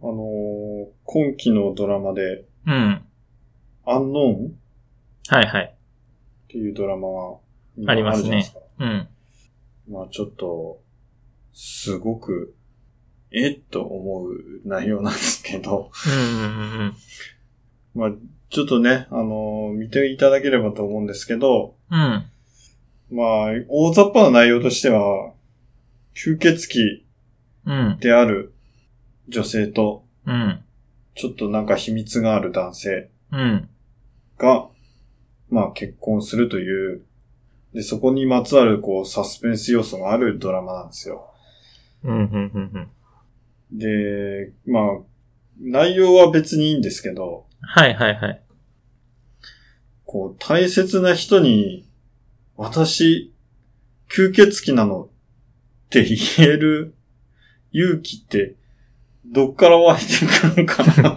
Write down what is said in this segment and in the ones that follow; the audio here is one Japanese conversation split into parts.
今期のドラマで、 うん。 アンノーンはいはい。 っていうドラマが今ありますね。 あるじゃないですか。 うん。 まあちょっと、すごく、と思う内容なんですけど、 うんうんうんまあちょっとね、見ていただければと思うんですけど、 うん。うん。 まあ、大雑把な内容としては、吸血鬼うん。 である女性と、 うん。 ちょっとなんか秘密がある男性うん。 が、まあ結婚するという、で、そこにまつわるこうサスペンス要素があるドラマなんですよ。 うん。うん。 で、まあ、内容は別にいいんですけど、 はいはいはい。 こう大切な人に、私、吸血鬼なのって言える勇気って、どっから湧いてくるのかなって。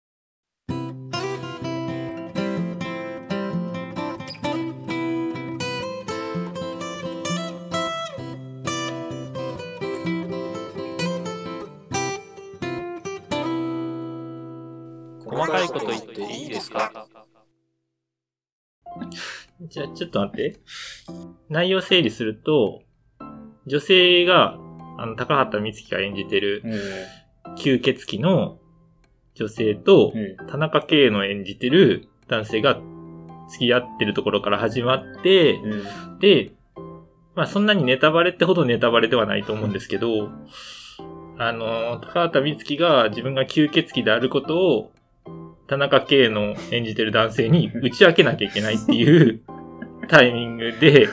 細かいこと言っていいですか？ じゃあちょっと待って。内容整理すると、女性が、高畑充希が演じてる吸血鬼の女性と、田中圭の演じてる男性が付き合ってるところから始まって、で、まあそんなにネタバレってほどネタバレではないと思うんですけど、高畑充希が自分が吸血鬼であることを、田中圭の演じてる男性に打ち明けなきゃいけないっていうタイミングで、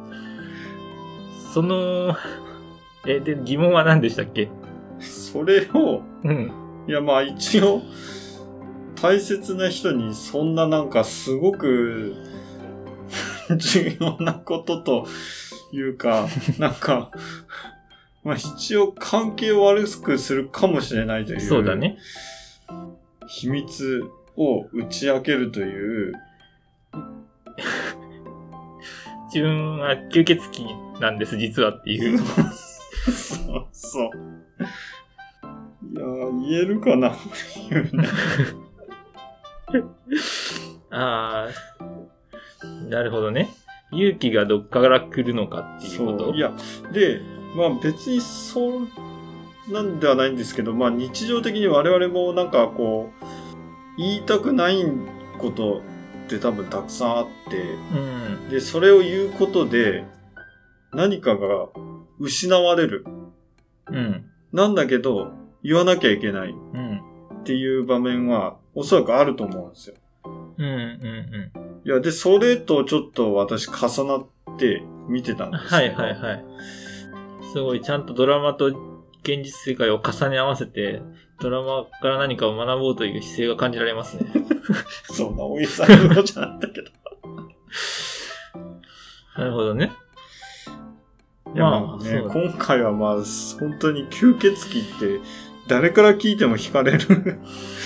で、疑問は何でしたっけ？ それを、 うん。 いやまあ一応、大切な人にそんななんかすごく重要なことというか、なんか、まあ一応関係を悪くするかもしれないという。 そうだね。 秘密を打ち明けるという。 自分は吸血鬼なんです、実はっていう。 そう。いやー、言えるかなっていうね。 ああ、なるほどね。勇気がどっから来るのかっていうこと。 そう。いや、で、まあ別にそうなんではないんですけど、まあ日常的に我々もなんかこう、言いたくないことって多分たくさんあって、 うん。 で、それを言うことで何かが失われる。 うん。 なんだけど、言わなきゃいけないうん。 っていう場面はおそらくあると思うんですよ。 うん。うん。 いや、で、それとちょっと私重なって見てたんですけど。 はいはいはい。すごい、ちゃんとドラマと現実世界を重ね合わせて、ドラマから何かを学ぼうという姿勢が感じられますね。 そんな大げさなことじゃなかったけど。 なるほどね。 いやまあね、今回はまあ、本当に吸血鬼って誰から聞いても惹かれる。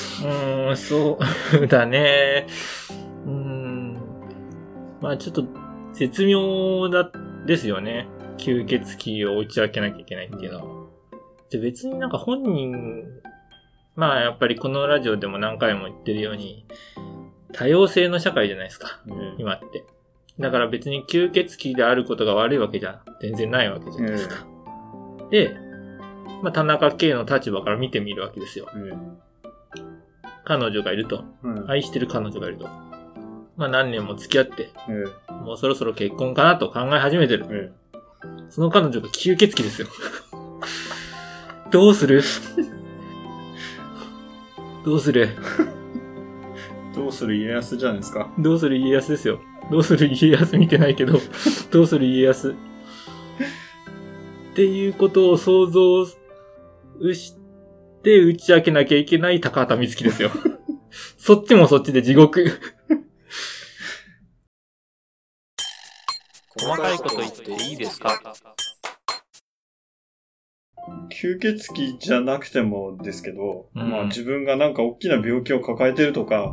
そうだね。まあちょっと絶妙ですよね。吸血鬼を打ち明けなきゃいけないっていうのは。で別になんか本人、まあやっぱりこのラジオでも何回も言ってるように、多様性の社会じゃないですか。今って。だから別に吸血鬼であることが悪いわけじゃ全然ないわけじゃないですか。で、まあ田中圭の立場から見てみるわけですよ。彼女がいると。愛してる彼女がいると。まあ何年も付き合って、もうそろそろ結婚かなと考え始めてる。その彼女が吸血鬼ですよ。どうするどうするどうする家康じゃないですか。 どうする家康ですよ。どうする家康見てないけど、どうする家康。っていうことを想像して打ち明けなきゃいけない高畑充希ですよ。そっちもそっちで地獄。 細かいこと言っていいですか？ 吸血鬼じゃなくてもですけど、まあ自分がなんか大きな病気を抱えてるとか。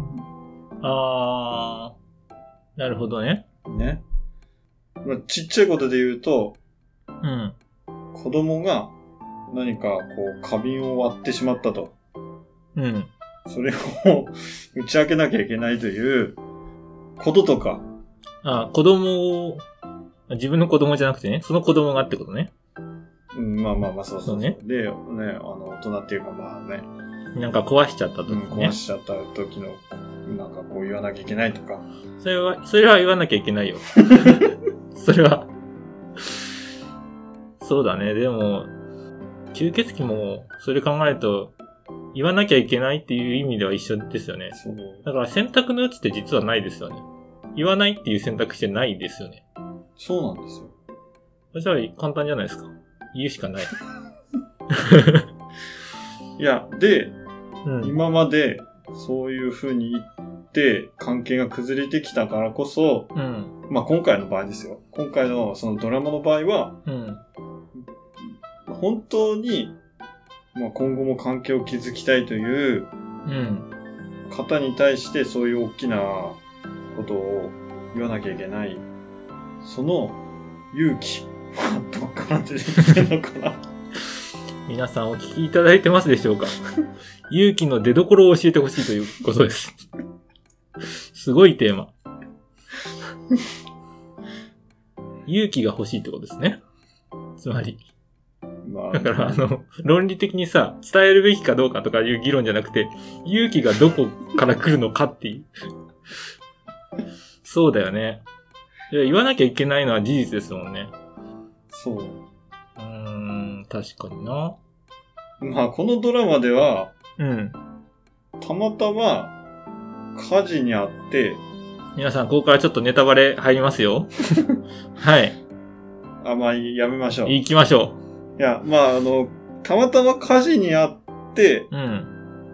なるほどね。 ね。まあ、ちっちゃいことで言うと、子供が何かこう花瓶を割ってしまったと。 うん。 それを打ち明けなきゃいけないということとか。 あ、子供を、自分の子供じゃなくてね、その子供がってことね。 うん、まあまあまあ、そうそうそう。 ね。 で、ね、大人っていうかまあね。 なんか壊しちゃった時ね。 壊しちゃった時の、なんかこう言わなきゃいけないとか。 それは言わなきゃいけないよ。それは。そうだね。でも、吸血鬼も、それ考えると、言わなきゃいけないっていう意味では一緒ですよね。 そう。 だから選択の余地って実はないですよね。言わないっていう選択肢ってないですよね。 そうなんですよ。 じゃあ簡単じゃないですか。言うしかない。 いや、で、 うん、 今までそういう風に言って関係が崩れてきたからこそ、 うん、 まあ今回の場合ですよ。今回のそのドラマの場合は、 うん、 本当に、まあ、今後も関係を築きたいという方に対してそういう大きなことを言わなきゃいけない。その勇気はどっから出てきてるのかな。 皆さんお聞きいただいてますでしょうか。勇気の出所を教えてほしいということです。すごいテーマ。勇気が欲しいってことですね。つまり。 まあ、 だから論理的にさ、伝えるべきかどうかとかいう議論じゃなくて、勇気がどこから来るのかっていう。そうだよね。いや、言わなきゃいけないのは事実ですもんね。 そう。 確かにな。 まあ、このドラマでは、 うん。 たまたま、火事にあって、 皆さん、ここからちょっとネタバレ入りますよ。はい。 まあ、やめましょう。 行きましょいや、まあ、たまたま火事にあって、 う。うん。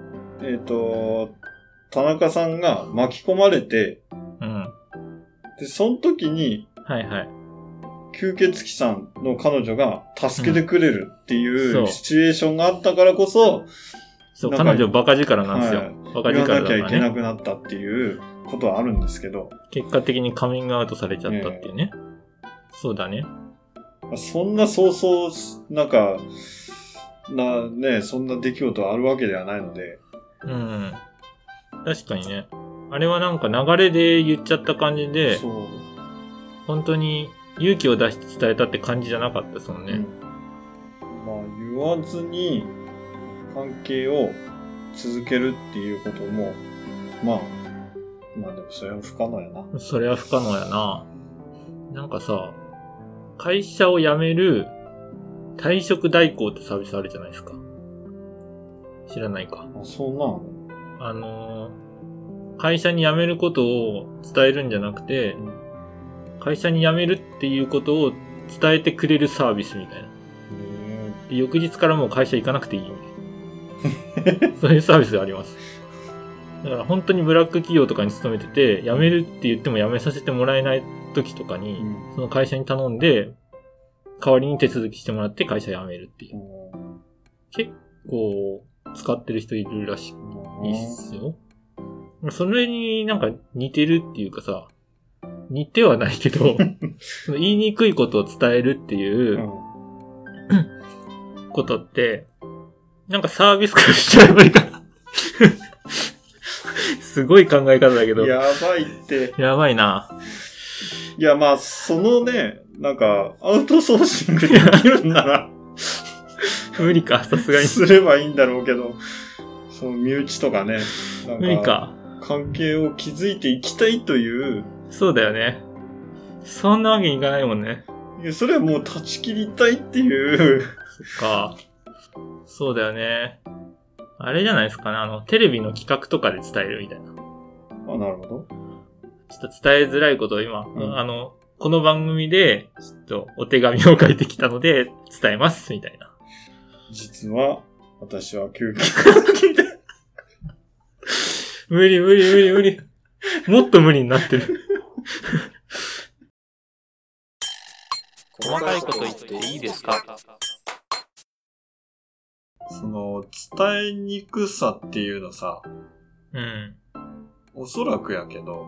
田中さんが巻き込まれて、 うん。 で、その時に、 はいはい。 吸血鬼さんの彼女が助けてくれるっていそううシチュエーションがあったからこそ、 そう、 なんか彼女バカ力なんですよ。 はいバカ言わ力だからなきゃいけなね。 くなったっていうことはあるんですけど、 結果的にカミングアウトされちゃったっていうね。そうだね。 そんなそうそう、なんか、ね、そんな出来事あるわけではないので。 うん。確かにね。あれはなんか流れで言っちゃった感じで、 そう。 本当に勇気を出して伝えたって感じじゃなかったですもんね。 まあ、言わずに関係を続けるっていうことも、まあでもそれは不可能やな。 それは不可能やな。なんかさ、会社を辞める退職代行ってサービスあるじゃないですか。知らないか。 そうなの？ 会社に辞めることを伝えるんじゃなくて、会社に辞めるっていうことを伝えてくれるサービスみたいな。で翌日からもう会社行かなくていい。そういうサービスがあります。だから本当にブラック企業とかに勤めてて、辞めるって言っても辞めさせてもらえない時とかに、その会社に頼んで、代わりに手続きしてもらって会社辞めるっていう。結構使ってる人いるらしいっすよ。それになんか似てるっていうかさ、似てはないけど、その言いにくいことを伝えるっていう、ことって、なんかサービス化しちゃえばいいかな。すごい考え方だけど。 やばいって。 やばいな。 いや、まあ、そのね、なんか、アウトソーシングできるんなら、 無理か、さすがに。 すればいいんだろうけど、その身内とかね、 無理か。 関係を築いていきたいという。 そうだよね。そんなわけにいかないもんね。 いや、それはもう断ち切りたいっていう。 そっか。そうだよね。あれじゃないですかね。テレビの企画とかで伝えるみたいな。 なるほど。 ちょっと伝えづらいことを今、この番組で、ちょっとお手紙を書いてきたので、伝えます、みたいな。 実は、私は吸血鬼で。 無理。もっと無理になってる。 細かいこと言っていいですか？ その、伝えにくさっていうのさ、おそらくやけど、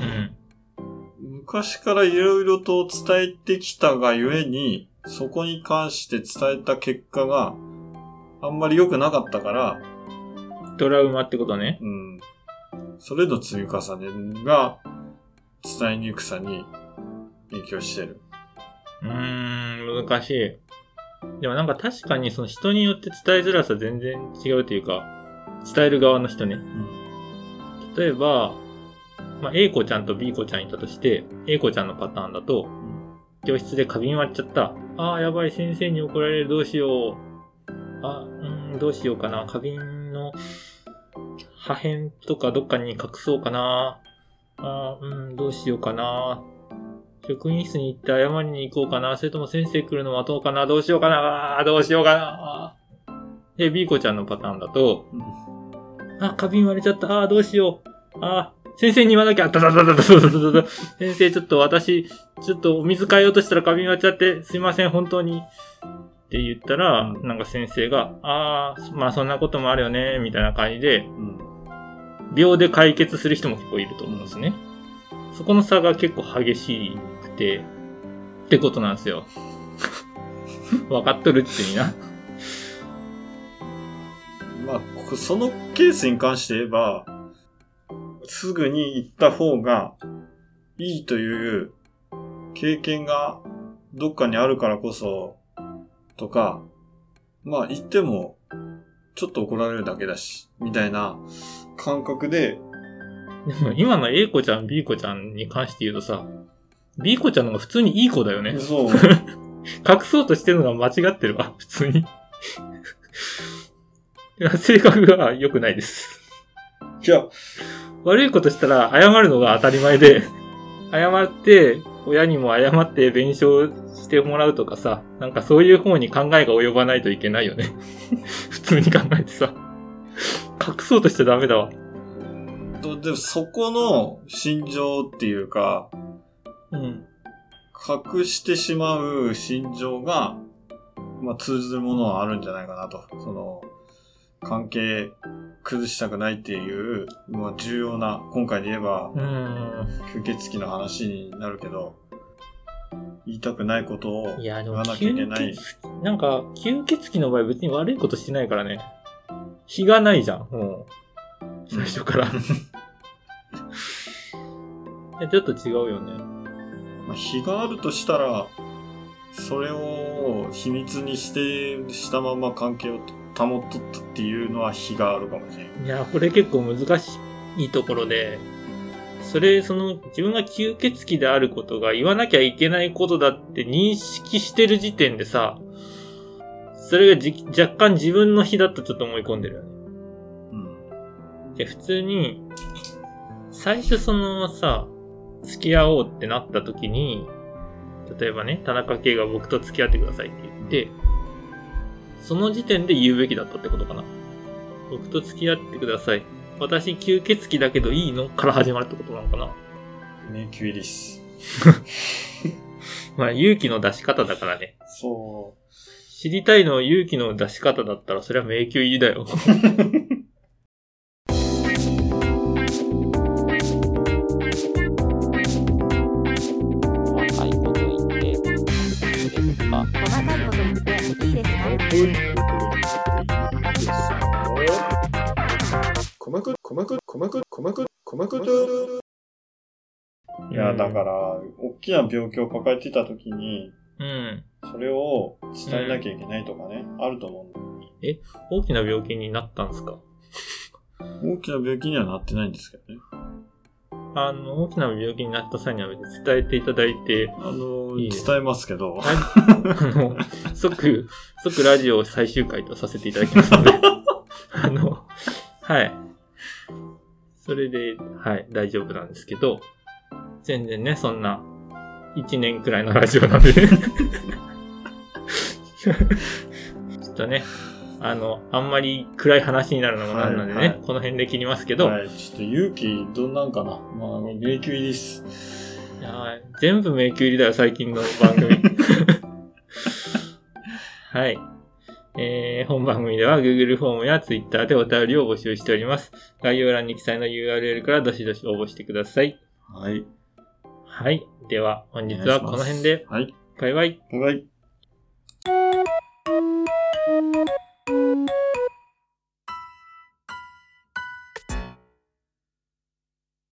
昔からいろいろと伝えてきたがゆえに、そこに関して伝えた結果があんまり良くなかったから、 トラウマってことね。 うん。それの積み重ねが伝えにくさに影響してる。 難しい。でもなんか確かにその人によって伝えづらさ全然違うというか、伝える側の人ね。例えば、A 子ちゃんと B 子ちゃんいたとして、A 子ちゃんのパターンだと、教室で花瓶割っちゃった。やばい、先生に怒られる、どうしよう。どうしようかな。花瓶の破片とかどっかに隠そうかな。どうしようかな。職員室に行って謝りに行こうかな。それとも先生来るの待とうかな。どうしようかな。どうしようかな。で、B 子ちゃんのパターンだと、花瓶割れちゃった。どうしよう。先生に言わなきゃ。先生、ちょっと私、ちょっとお水変えようとしたら花瓶割っちゃって、すいません、本当に。って言ったら、なんか先生が、そんなこともあるよね、みたいな感じで、秒で解決する人も結構いると思うんですね。そこの差が結構激しくて、ってことなんですよ。分かっとるってみんな。 そのケースに関して言えば、すぐに行った方がいいという経験がどっかにあるからこそ、とか、言ってもちょっと怒られるだけだし、みたいな感覚で。 でも今の A 子ちゃん、B 子ちゃんに関して言うとさ、B 子ちゃんの方が普通にいい子だよね。 そう。 隠そうとしてるのが間違ってるわ、普通に。性格が良くないです。 いや、 悪いことしたら謝るのが当たり前で、謝って、親にも謝って弁償してもらうとかさ、なんかそういう方に考えが及ばないといけないよね。普通に考えてさ。隠そうとしちゃダメだわ。 でもそこの心情っていうか、隠してしまう心情が、通じるものはあるんじゃないかなと。その、関係崩したくないっていう、重要な、今回で言えば、吸血鬼の話になるけど、言いたくないことを言わなきゃいけない。 なんか、吸血鬼の場合別に悪いことしてないからね。非がないじゃん、もう。最初から。ちょっと違うよね。 非があるとしたら、それを秘密にしたまま関係を保っとったっていうのは非があるかもしれない。 いや、これ結構難しいところで、自分が吸血鬼であることが言わなきゃいけないことだって認識してる時点でさ、それが若干自分の非だとちょっと思い込んでるよね。で、普通に、最初付き合おうってなった時に、例えばね、田中圭が僕と付き合ってくださいって言って、その時点で言うべきだったってことかな。僕と付き合ってください。私吸血鬼だけどいいのから始まるってことなのかな。 迷宮入りっす。 勇気の出し方だからね。 そう。 知りたいの勇気の出し方だったらそれは迷宮入りだよ。 細かいこと言っていいですか？ 細かいこと言っていいですか？ いや、だから、大きな病気を抱えてた時に、それを伝えなきゃいけないとかね、あると思うんだ。 大きな病気になったんですか？ 大きな病気にはなってないんですけどね。 大きな病気になった際には伝えていただいて、 いい伝えますけど。 即ラジオ最終回とさせていただきますので。はい。それで、大丈夫なんですけど、全然ね、そんな、1年くらいのラジオなんで。ちょっとね、あんまり暗い話になるのもなんなんでね、この辺で切りますけど。 ちょっと勇気、どんなんかな。迷宮入りっす。 いや全部迷宮入りだよ、最近の番組。はい。本番組では Google フォームや Twitter でお便りを募集しております。概要欄に記載の URL からどしどし応募してください。 はい。 はい。では、本日はこの辺で。 はい。 バイバイ。 バイバイ。